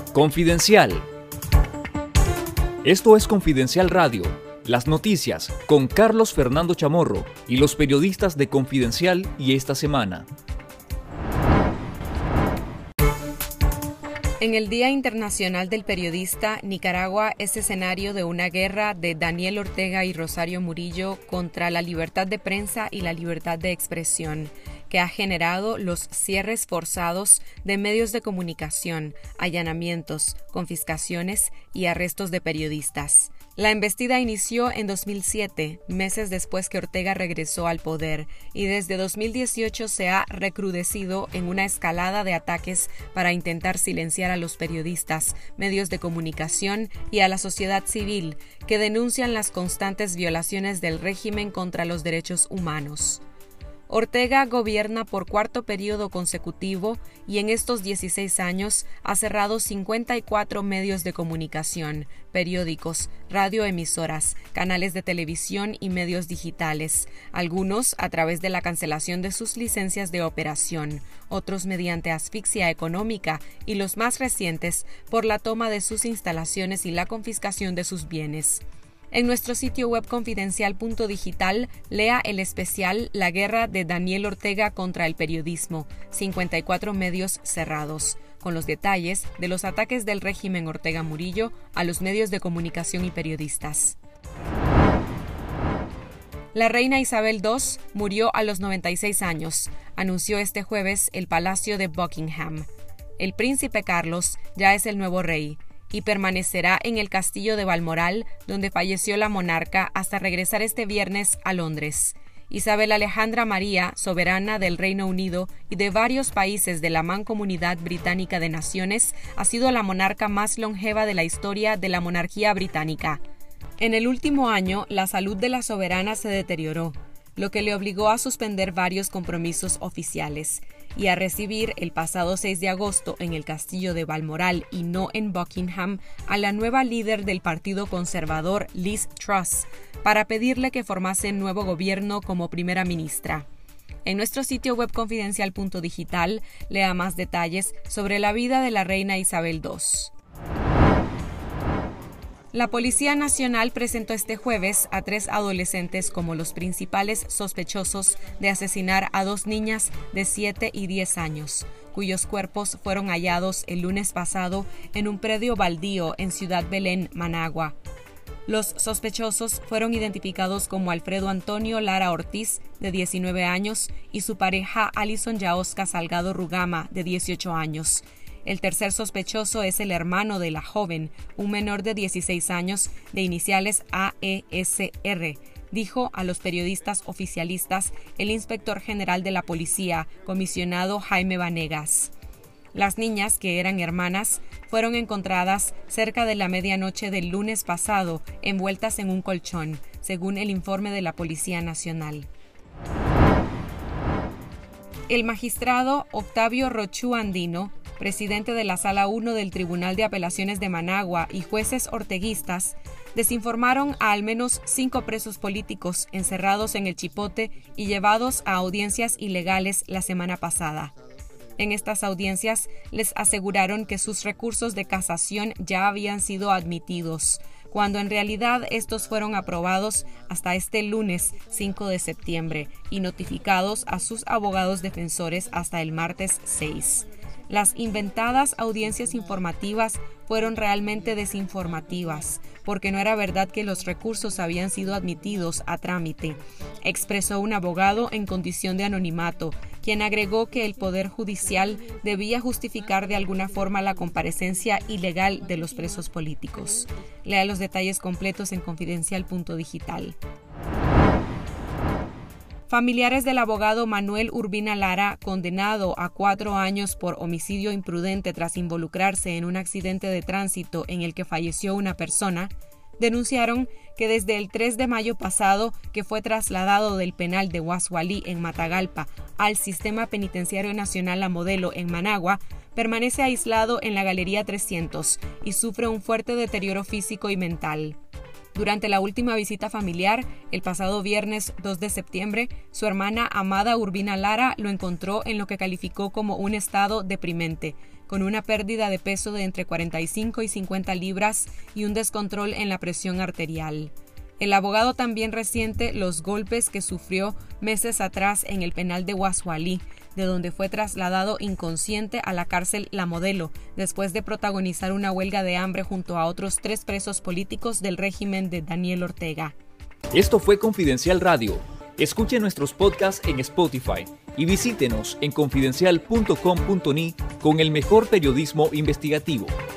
Confidencial. Esto es Confidencial Radio, las noticias con Carlos Fernando Chamorro y los periodistas de Confidencial y Esta Semana. En el Día Internacional del Periodista, Nicaragua es escenario de una guerra de Daniel Ortega y Rosario Murillo contra la libertad de prensa y la libertad de expresión, que ha generado los cierres forzados de medios de comunicación, allanamientos, confiscaciones y arrestos de periodistas. La embestida inició en 2007, meses después que Ortega regresó al poder, y desde 2018 se ha recrudecido en una escalada de ataques para intentar silenciar a los periodistas, medios de comunicación y a la sociedad civil, que denuncian las constantes violaciones del régimen contra los derechos humanos. Ortega gobierna por cuarto periodo consecutivo y en estos 16 años ha cerrado 54 medios de comunicación, periódicos, radioemisoras, canales de televisión y medios digitales, algunos a través de la cancelación de sus licencias de operación, otros mediante asfixia económica y los más recientes por la toma de sus instalaciones y la confiscación de sus bienes. En nuestro sitio web confidencial.digital, lea el especial La guerra de Daniel Ortega contra el periodismo, 54 medios cerrados, con los detalles de los ataques del régimen Ortega Murillo a los medios de comunicación y periodistas. La reina Isabel II murió a los 96 años, anunció este jueves el Palacio de Buckingham. El príncipe Carlos ya es el nuevo rey y permanecerá en el castillo de Balmoral, donde falleció la monarca, hasta regresar este viernes a Londres. Isabel Alejandra María, soberana del Reino Unido y de varios países de la Mancomunidad Británica de Naciones, ha sido la monarca más longeva de la historia de la monarquía británica. En el último año, la salud de la soberana se deterioró, lo que le obligó a suspender varios compromisos oficiales y a recibir el pasado 6 de agosto en el castillo de Balmoral y no en Buckingham a la nueva líder del Partido Conservador, Liz Truss, para pedirle que formase nuevo gobierno como primera ministra. En nuestro sitio web confidencial.digital lea más detalles sobre la vida de la reina Isabel II. La Policía Nacional presentó este jueves a 3 adolescentes como los principales sospechosos de asesinar a 2 niñas de 7 y 10 años, cuyos cuerpos fueron hallados el lunes pasado en un predio baldío en Ciudad Belén, Managua. Los sospechosos fueron identificados como Alfredo Antonio Lara Ortiz, de 19 años, y su pareja Alison Yaosca Salgado Rugama, de 18 años. El tercer sospechoso es el hermano de la joven, un menor de 16 años, de iniciales AESR, dijo a los periodistas oficialistas el inspector general de la policía, comisionado Jaime Vanegas. Las niñas, que eran hermanas, fueron encontradas cerca de la medianoche del lunes pasado, envueltas en un colchón, según el informe de la Policía Nacional. El magistrado Octavio Rochú Andino, presidente de la Sala 1 del Tribunal de Apelaciones de Managua, y jueces orteguistas, desinformaron a al menos 5 presos políticos encerrados en el Chipote y llevados a audiencias ilegales la semana pasada. En estas audiencias les aseguraron que sus recursos de casación ya habían sido admitidos, cuando en realidad estos fueron aprobados hasta este lunes 5 de septiembre y notificados a sus abogados defensores hasta el martes 6. Las inventadas audiencias informativas fueron realmente desinformativas, porque no era verdad que los recursos habían sido admitidos a trámite, expresó un abogado en condición de anonimato, quien agregó que el Poder Judicial debía justificar de alguna forma la comparecencia ilegal de los presos políticos. Lea los detalles completos en confidencial.digital. Familiares del abogado Manuel Urbina Lara, condenado a 4 años por homicidio imprudente tras involucrarse en un accidente de tránsito en el que falleció una persona, denunciaron que desde el 3 de mayo pasado, que fue trasladado del penal de Guassualí en Matagalpa al Sistema Penitenciario Nacional a Modelo en Managua, permanece aislado en la Galería 300 y sufre un fuerte deterioro físico y mental. Durante la última visita familiar, el pasado viernes 2 de septiembre, su hermana Amada Urbina Lara lo encontró en lo que calificó como un estado deprimente, con una pérdida de peso de entre 45 y 50 libras y un descontrol en la presión arterial. El abogado también resiente los golpes que sufrió meses atrás en el penal de Guasdualí, de donde fue trasladado inconsciente a la cárcel La Modelo, después de protagonizar una huelga de hambre junto a otros 3 presos políticos del régimen de Daniel Ortega. Esto fue Confidencial Radio. Escuche nuestros podcasts en Spotify y visítenos en confidencial.com.ni con el mejor periodismo investigativo.